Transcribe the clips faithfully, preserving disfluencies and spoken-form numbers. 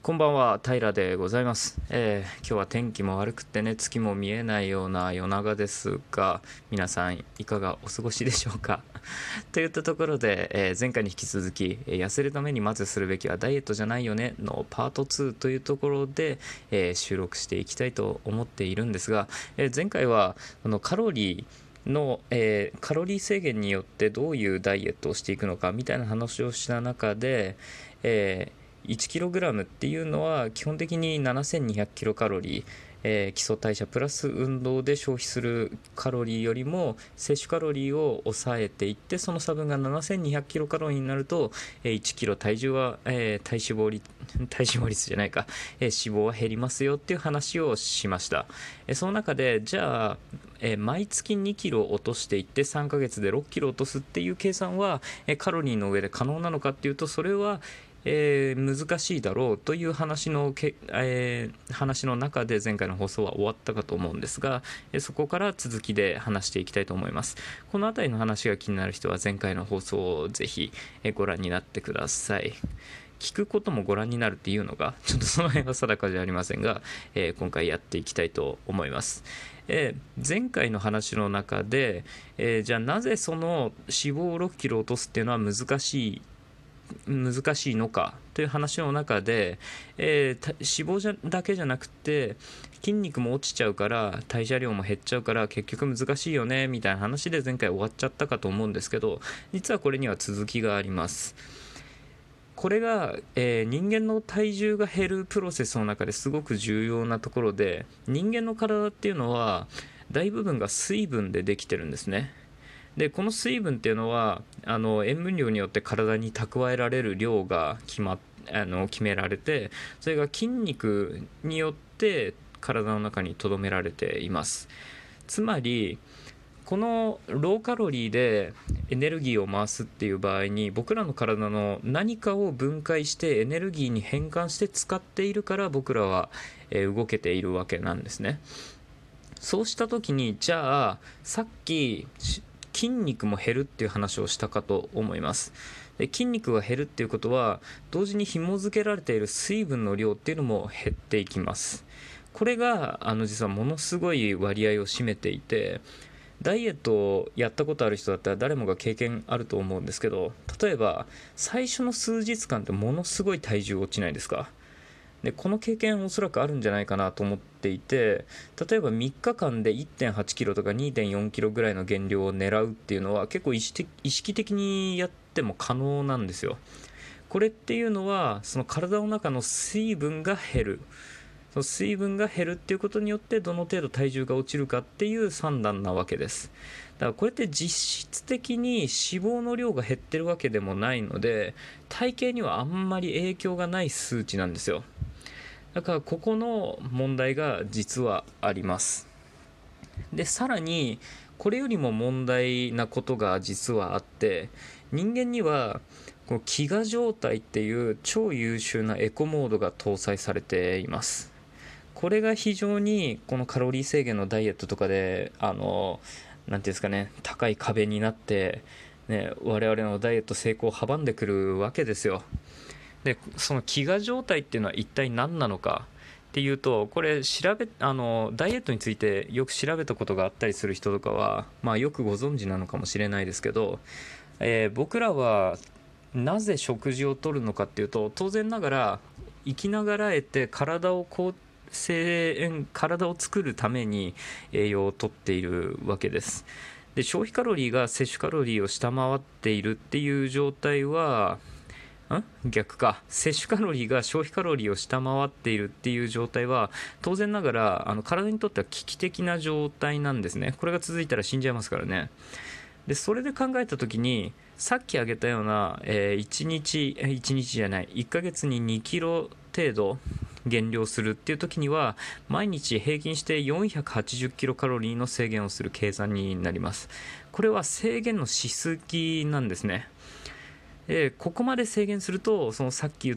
こんばんは、平でございます、えー今日は天気も悪くてね、月も見えないような夜長ですが、皆さんいかがお過ごしでしょうかといったところで、えー前回に引き続き、えー痩せるためにまずするべきはダイエットじゃないよねのパートツーというところで、えー収録していきたいと思っているんですが、えー前回はあのカロリーの、えーカロリー制限によってどういうダイエットをしていくのかみたいな話をした中で、えーいちキログラムっていうのは基本的にななせんにひゃくキロカロリー、えー基礎代謝プラス運動で消費するカロリーよりも摂取カロリーを抑えていって、その差分がななせんにひゃくキロカロリーになると、えーいちキロ体重は、えー体脂肪率体脂肪率じゃないか、えー脂肪は減りますよっていう話をしました。えーその中でじゃあ、えー毎月にキロ落としていってさんかげつでろっキロ落とすっていう計算は、えーカロリーの上で可能なのかっていうと、それはえー難しいだろうという話のけ、えー話の中で前回の放送は終わったかと思うんですが、えーそこから続きで話していきたいと思います。この辺りの話が気になる人は前回の放送をぜひ、えーご覧になってください。聞くこともご覧になるっていうのがちょっとその辺は定かじゃありませんが、えー今回やっていきたいと思います。えー前回の話の中で、えーじゃあなぜその脂肪をろっキロ落とすっていうのは難しい難しいのかという話の中で、えー脂肪じゃだけじゃなくて筋肉も落ちちゃうから代謝量も減っちゃうから結局難しいよねみたいな話で前回終わっちゃったかと思うんですけど、実はこれには続きがあります。これが、えー人間の体重が減るプロセスの中ですごく重要なところで、人間の体っていうのは大部分が水分でできてるんですね。でこの水分っていうのはあの塩分量によって体に蓄えられる量が決まあの決められて、それが筋肉によって体の中に留められています。つまりこのローカロリーでエネルギーを回すっていう場合に、僕らの体の何かを分解してエネルギーに変換して使っているから僕らはえー動けているわけなんですね。そうした時にじゃあさっきし筋肉も減るっていう話をしたかと思います。で筋肉が減るっていうことは同時に紐付けられている水分の量っていうのも減っていきます。これがあの実はものすごい割合を占めていて、ダイエットをやったことある人だったら誰もが経験あると思うんですけど、例えば最初の数日間ってものすごい体重落ちないですか。でこの経験おそらくあるんじゃないかなと思っていて、例えばみっかかんで いってんはちキロとか にてんよんキロぐらいの減量を狙うっていうのは結構意識的意識的にやっても可能なんですよ。これっていうのはその体の中の水分が減る、その水分が減るっていうことによってどの程度体重が落ちるかっていう算段なわけです。だからこれって実質的に脂肪の量が減ってるわけでもないので、体型にはあんまり影響がない数値なんですよ。だからここの問題が実はあります。でさらにこれよりも問題なことが実はあって、人間にはこの飢餓状態っていう超優秀なエコモードが搭載されています。これが非常にこのカロリー制限のダイエットとかであのなんていうんですかね、高い壁になって、ね、我々のダイエット成功を阻んでくるわけですよ。でその飢餓状態っていうのは一体何なのかっていうと、これ調べあのダイエットについてよく調べたことがあったりする人とかは、まあ、よくご存知なのかもしれないですけど、えー僕らはなぜ食事をとるのかっていうと、当然ながら生きながらえて体をこう生体を作るために栄養をとっているわけです。で消費カロリーが摂取カロリーを下回っているっていう状態はん逆か摂取カロリーが消費カロリーを下回っているっていう状態は当然ながらあの体にとっては危機的な状態なんですね。これが続いたら死んじゃいますからね。でそれで考えた時にさっき挙げたような、えー、いちにちいちにちじゃないいっかげつににキロ程度減量するっていう時には毎日平均してよんひゃくはちじゅうキロカロリーの制限をする計算になります。これは制限のしすぎなんですね。でここまで制限するとそのさっき言った、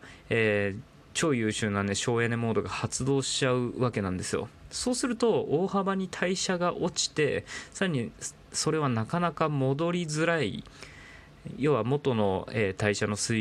えー超優秀な、ね、省エネモードが発動しちゃうわけなんですよ。そうすると大幅に代謝が落ちて、さらにそれはなかなか戻りづらい、要は元の、えー代謝の水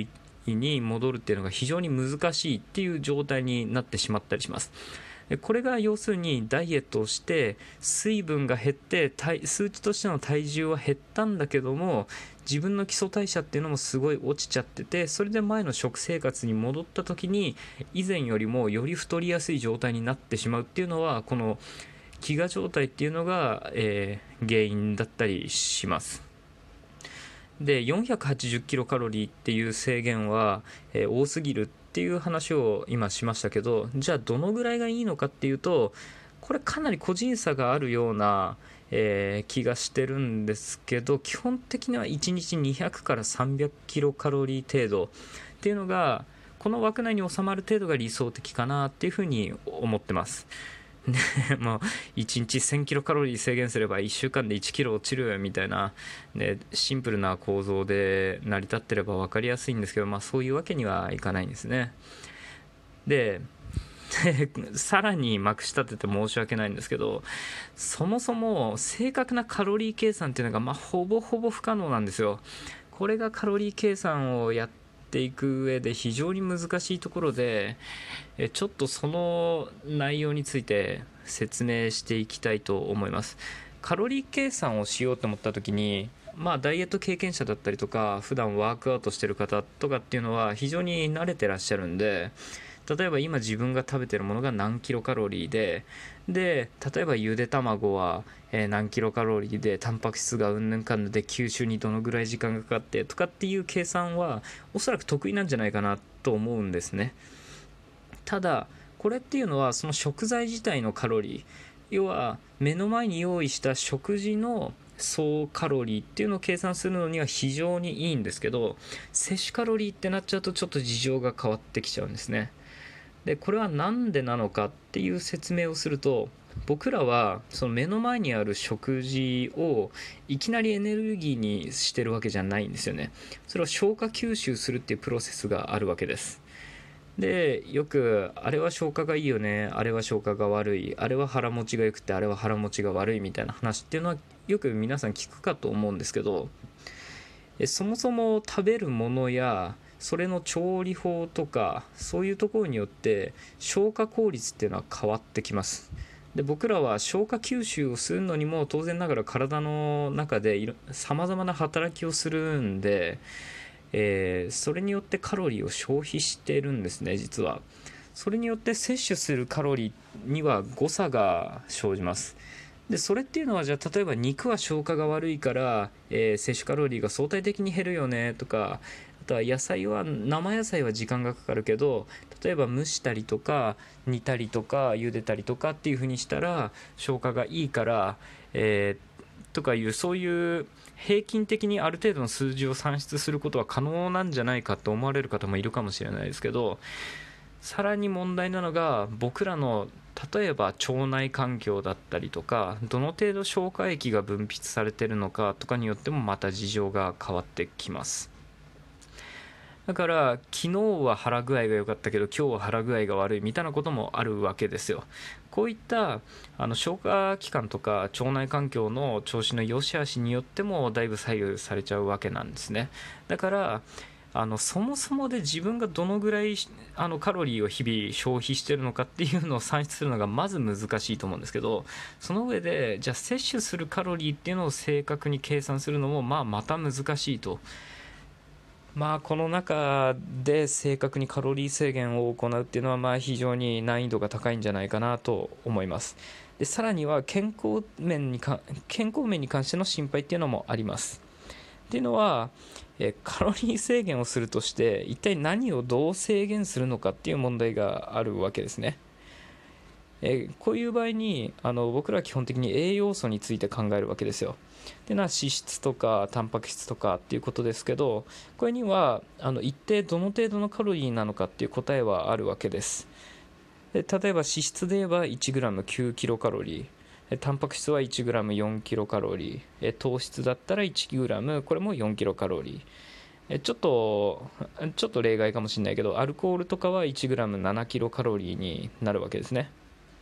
に戻るっていうのが非常に難しいっていう状態になってしまったりします。これが要するにダイエットをして水分が減って数値としての体重は減ったんだけども、自分の基礎代謝っていうのもすごい落ちちゃってて、それで前の食生活に戻った時に以前よりもより太りやすい状態になってしまうっていうのは、この飢餓状態っていうのが、えー、原因だったりします。でよんひゃくはちじゅっキロカロリーっていう制限は、えー、多すぎるっていう話を今しましたけど、じゃあどのぐらいがいいのかっていうと、これかなり個人差があるような、えー、気がしてるんですけど、基本的にはいちにちにひゃくからさんびゃくキロカロリー程度っていうのが、この枠内に収まる程度が理想的かなっていうふうに思ってます。でもういちにちせんキロカロリー制限すればいっしゅうかんでいちキロ落ちるみたいな、ね、シンプルな構造で成り立ってれば分かりやすいんですけど、まあ、そういうわけにはいかないんですね。でさらにまくし立てて申し訳ないんですけど、そもそも正確なカロリー計算っていうのが、まあ、ほぼほぼ不可能なんですよ。これがカロリー計算をやっていく上で非常に難しいところで、ちょっとその内容について説明していきたいと思います。カロリー計算をしようと思った時に、まあダイエット経験者だったりとか普段ワークアウトしてる方とかっていうのは非常に慣れてらっしゃるんで、例えば今自分が食べてるものが何キロカロリーで、で例えばゆで卵は何キロカロリーで、タンパク質がうんぬんかんぬんで吸収にどのぐらい時間がかかってとかっていう計算はおそらく得意なんじゃないかなと思うんですね。ただこれっていうのはその食材自体のカロリー、要は目の前に用意した食事の総カロリーっていうのを計算するのには非常にいいんですけど、摂取カロリーってなっちゃうとちょっと事情が変わってきちゃうんですね。でこれは何でなのかっていう説明をすると、僕らはその目の前にある食事をいきなりエネルギーにしてるわけじゃないんですよね。それを消化吸収するっていうプロセスがあるわけです。でよくあれは消化がいいよね、あれは消化が悪い、あれは腹持ちが良くてあれは腹持ちが悪いみたいな話っていうのはよく皆さん聞くかと思うんですけど、そもそも食べるものやそれの調理法とかそういうところによって消化効率っていうのは変わってきます。で僕らは消化吸収をするのにも当然ながら体の中でさまざまな働きをするんで、えー、それによってカロリーを消費しているんですね。実はそれによって摂取するカロリーには誤差が生じます。でそれっていうのは、じゃあ例えば肉は消化が悪いから、えー、摂取カロリーが相対的に減るよねとか、あとは野菜は生野菜は時間がかかるけど、例えば蒸したりとか煮たりとか茹でたりとかっていう風にしたら消化がいいから、えー、とかいう、そういう平均的にある程度の数字を算出することは可能なんじゃないかと思われる方もいるかもしれないですけど、さらに問題なのが僕らの例えば腸内環境だったりとか、どの程度消化液が分泌されているのかとかによってもまた事情が変わってきます。だから昨日は腹具合が良かったけど今日は腹具合が悪いみたいなこともあるわけですよ。こういったあの消化器官とか腸内環境の調子の良し悪しによってもだいぶ左右されちゃうわけなんですね。だからあのそもそもで自分がどのぐらいあのカロリーを日々消費してるのかっていうのを算出するのがまず難しいと思うんですけど、その上でじゃあ摂取するカロリーっていうのを正確に計算するのもまあまた難しいと。まあこの中で正確にカロリー制限を行うっていうのはまあ非常に難易度が高いんじゃないかなと思います。でさらには健康面にか健康面に関しての心配っていうのもあります。っていうのはえカロリー制限をするとして一体何をどう制限するのかっていう問題があるわけですね。えこういう場合にあの僕らは基本的に栄養素について考えるわけですよ。でな脂質とかタンパク質とかっていうことですけど、これにはあの一定どの程度のカロリーなのかっていう答えはあるわけです。で例えば脂質で言えば いちグラムきゅうキロカロリー、タンパク質は いちグラムよんキロカロリー、糖質だったら いちグラム、これもよんキロカロリー、ちょっとちょっと例外かもしれないけどアルコールとかは いちグラムななキロカロリーになるわけですね。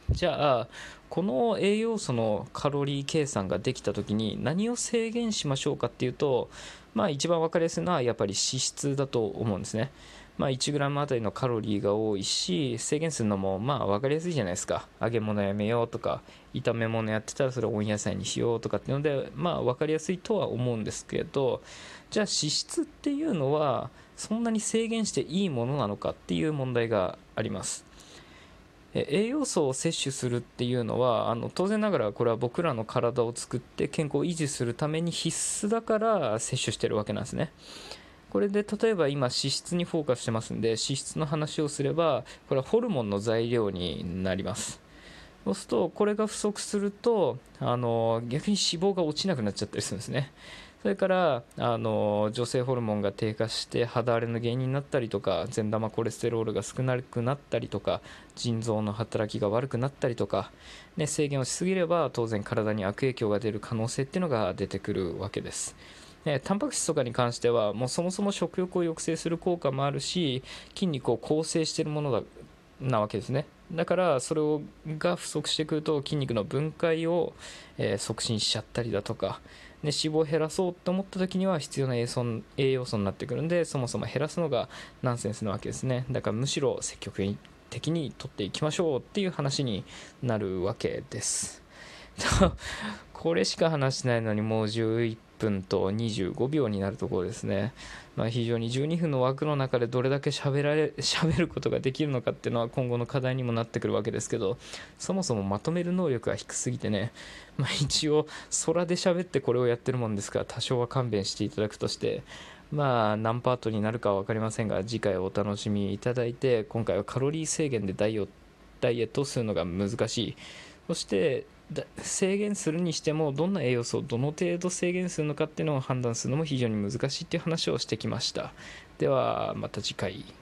じゃあこの栄養素のカロリー計算ができた時に何を制限しましょうかっていうと、まあ一番分かりやすいのはやっぱり脂質だと思うんですね。まあ いちグラム あたりのカロリーが多いし、制限するのもまあ分かりやすいじゃないですか。揚げ物やめようとか、炒め物やってたらそれを温野菜にしようとかっていうので、まあ分かりやすいとは思うんですけど、じゃあ脂質っていうのはそんなに制限していいものなのかっていう問題があります。栄養素を摂取するっていうのはあの当然ながらこれは僕らの体を作って健康を維持するために必須だから摂取してるわけなんですね。これで例えば今脂質にフォーカスしてますんで、脂質の話をすればこれはホルモンの材料になります。そうするとこれが不足するとあの逆に脂肪が落ちなくなっちゃったりするんですね。それからあの女性ホルモンが低下して肌荒れの原因になったりとか、善玉コレステロールが少なくなったりとか、腎臓の働きが悪くなったりとか、ね、制限をしすぎれば当然体に悪影響が出る可能性っていうのが出てくるわけです。ね、タンパク質とかに関してはもうそもそも食欲を抑制する効果もあるし、筋肉を構成しているものだなわけですね。だからそれをが不足してくると筋肉の分解を、えー促進しちゃったりだとか、で脂肪を減らそうと思った時には必要な栄養素栄養素になってくるんで、そもそも減らすのがナンセンスなわけですね。だからむしろ積極的に取っていきましょうっていう話になるわけです。これしか話してないのにもうじゅういっぷんとにじゅうごびょうになるところですね。まあ、非常にじゅうにふんの枠の中でどれだけ喋られ喋ることができるのかっていうのは今後の課題にもなってくるわけですけど、そもそもまとめる能力が低すぎてね、まあ、一応空で喋ってこれをやってるもんですから多少は勘弁していただくとして、まあ何パートになるかは分かりませんが次回お楽しみいただいて、今回はカロリー制限でダイエットをするのが難しい、そして制限するにしてもどんな栄養素をどの程度制限するのかっていうのを判断するのも非常に難しいっていう話をしてきました。ではまた次回。